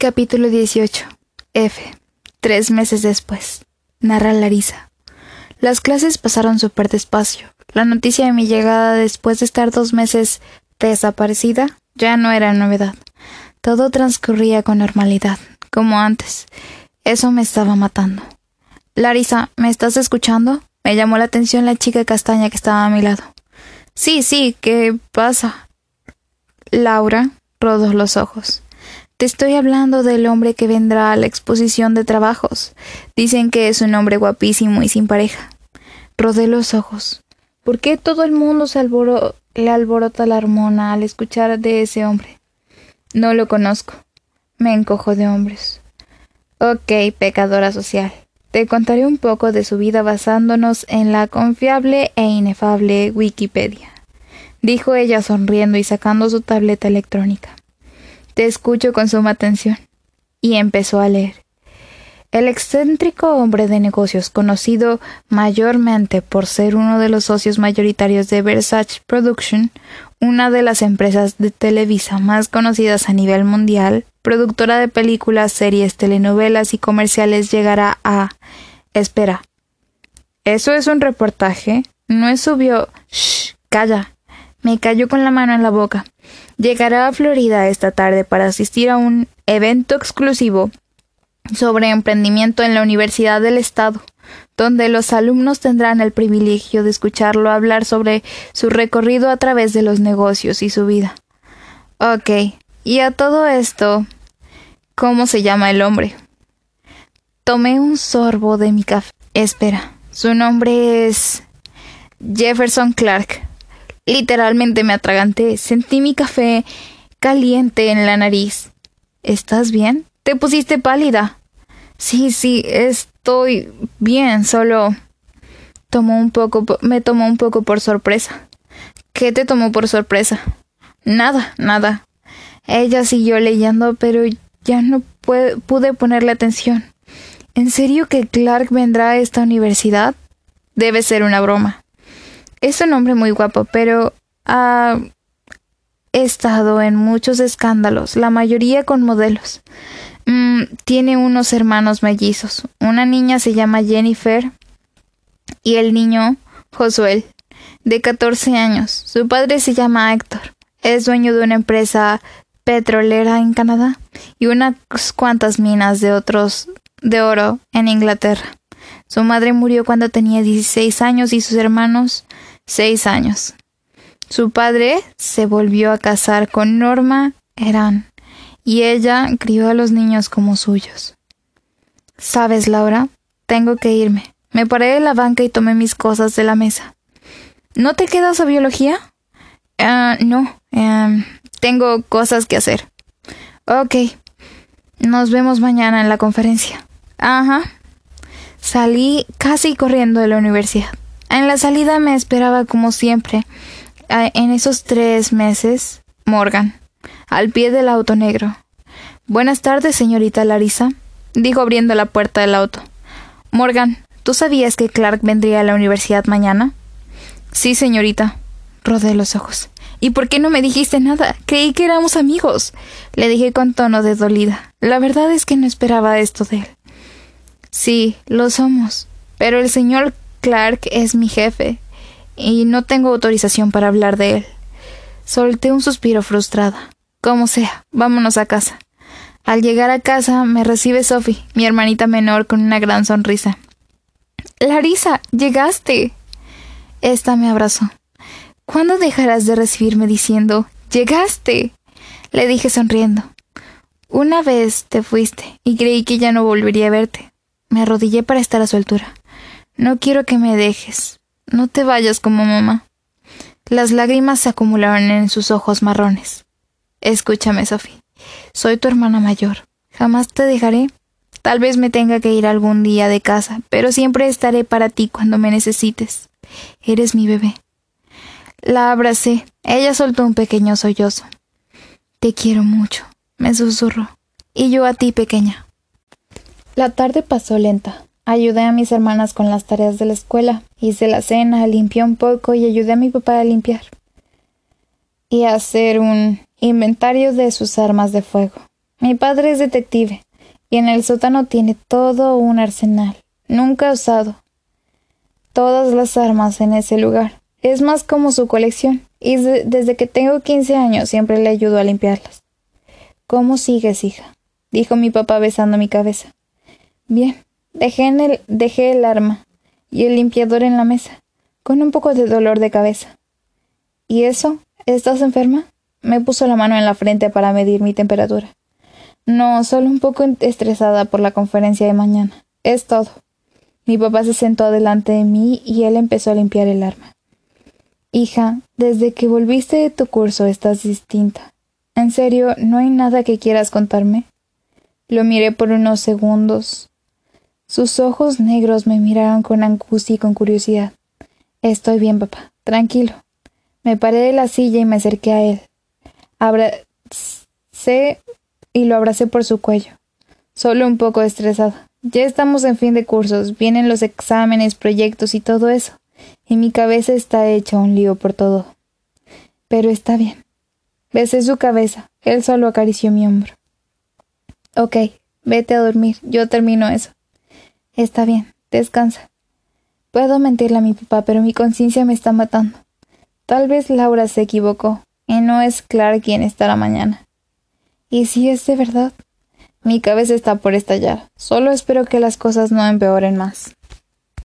Capítulo 18. F. 3 meses después. Narra Larisa. Las clases pasaron súper despacio. La noticia de mi llegada después de estar 2 meses desaparecida ya no era novedad. Todo transcurría con normalidad, como antes. Eso me estaba matando. Larisa, ¿me estás escuchando? Me llamó la atención la chica castaña que estaba a mi lado. Sí, ¿qué pasa? Laura rodó los ojos. Te estoy hablando del hombre que vendrá a la exposición de trabajos. Dicen que es un hombre guapísimo y sin pareja. Rodé los ojos. ¿Por qué todo el mundo le alborota la hormona al escuchar de ese hombre? No lo conozco. Me encojo de hombros. Ok, pecadora social. Te contaré un poco de su vida basándonos en la confiable e inefable Wikipedia, dijo ella sonriendo y sacando su tableta electrónica. Te escucho con suma atención. Y empezó a leer. El excéntrico hombre de negocios, conocido mayormente por ser uno de los socios mayoritarios de Versace Production, una de las empresas de Televisa más conocidas a nivel mundial, productora de películas, series, telenovelas y comerciales, llegará a... Espera. ¿Eso es un reportaje? No es subió... Shh, calla. Me cayó con la mano en la boca. Llegará a Florida esta tarde para asistir a un evento exclusivo sobre emprendimiento en la Universidad del Estado, donde los alumnos tendrán el privilegio de escucharlo hablar sobre su recorrido a través de los negocios y su vida. Ok, y a todo esto, ¿cómo se llama el hombre? Tomé un sorbo de mi café. Espera, su nombre es Jefferson Clark. Literalmente me atraganté. Sentí mi café caliente en la nariz. ¿Estás bien? ¿Te pusiste pálida? Sí, estoy bien, solo... Me tomó un poco por sorpresa. ¿Qué te tomó por sorpresa? Nada. Ella siguió leyendo, pero ya no pude ponerle atención. ¿En serio que Clark vendrá a esta universidad? Debe ser una broma. Es un hombre muy guapo, pero ha estado en muchos escándalos, la mayoría con modelos. Tiene unos hermanos mellizos. Una niña se llama Jennifer y el niño Josuel, de 14 años. Su padre se llama Héctor. Es dueño de una empresa petrolera en Canadá y unas cuantas minas de oro en Inglaterra. Su madre murió cuando tenía 16 años y sus hermanos 6 años. Su padre se volvió a casar con Norma Herán y ella crió a los niños como suyos. ¿Sabes, Laura? Tengo que irme. Me paré de la banca y tomé mis cosas de la mesa. ¿No te quedas a biología? No. Tengo cosas que hacer. Ok. Nos vemos mañana en la conferencia. Ajá. Salí casi corriendo de la universidad. En la salida me esperaba como siempre, en esos 3 meses, Morgan, al pie del auto negro. Buenas tardes, señorita Larisa, dijo abriendo la puerta del auto. Morgan, ¿tú sabías que Clark vendría a la universidad mañana? Sí, señorita. Rodé los ojos. ¿Y por qué no me dijiste nada? Creí que éramos amigos. Le dije con tono de dolida. La verdad es que no esperaba esto de él. Sí, lo somos, pero el señor Clark es mi jefe y no tengo autorización para hablar de él. Solté un suspiro frustrada. Como sea, vámonos a casa. Al llegar a casa me recibe Sophie, mi hermanita menor, con una gran sonrisa. Larisa, llegaste. Esta me abrazó. ¿Cuándo dejarás de recibirme diciendo llegaste? Le dije sonriendo. Una vez te fuiste y creí que ya no volvería a verte. Me arrodillé para estar a su altura. No quiero que me dejes. No te vayas como mamá. Las lágrimas se acumularon en sus ojos marrones. Escúchame, Sophie. Soy tu hermana mayor. Jamás te dejaré. Tal vez me tenga que ir algún día de casa, pero siempre estaré para ti cuando me necesites. Eres mi bebé. La abracé. Ella soltó un pequeño sollozo. Te quiero mucho, me susurró. Y yo a ti, pequeña. La tarde pasó lenta. Ayudé a mis hermanas con las tareas de la escuela. Hice la cena, limpié un poco y ayudé a mi papá a limpiar. Y a hacer un inventario de sus armas de fuego. Mi padre es detective, y en el sótano tiene todo un arsenal. Nunca he usado todas las armas en ese lugar. Es más como su colección, y desde que tengo 15 años siempre le ayudo a limpiarlas. ¿Cómo sigues, hija?, dijo mi papá besando mi cabeza. Bien, dejé el arma y el limpiador en la mesa, con un poco de dolor de cabeza. ¿Y eso? ¿Estás enferma? Me puso la mano en la frente para medir mi temperatura. No, solo un poco estresada por la conferencia de mañana. Es todo. Mi papá se sentó delante de mí y él empezó a limpiar el arma. Hija, desde que volviste de tu curso estás distinta. ¿En serio, no hay nada que quieras contarme? Lo miré por unos segundos. Sus ojos negros me miraron con angustia y con curiosidad. Estoy bien, papá. Tranquilo. Me paré de la silla y me acerqué a él. Abracé y lo abracé por su cuello. Solo un poco estresada. Ya estamos en fin de cursos, vienen los exámenes, proyectos y todo eso, y mi cabeza está hecha un lío por todo. Pero está bien. Besé su cabeza, él solo acarició mi hombro. Ok, vete a dormir, yo termino eso. Está bien, descansa. Puedo mentirle a mi papá, pero mi conciencia me está matando. Tal vez Laura se equivocó, y no es Clark quien estará mañana. ¿Y si es de verdad? Mi cabeza está por estallar. Solo espero que las cosas no empeoren más.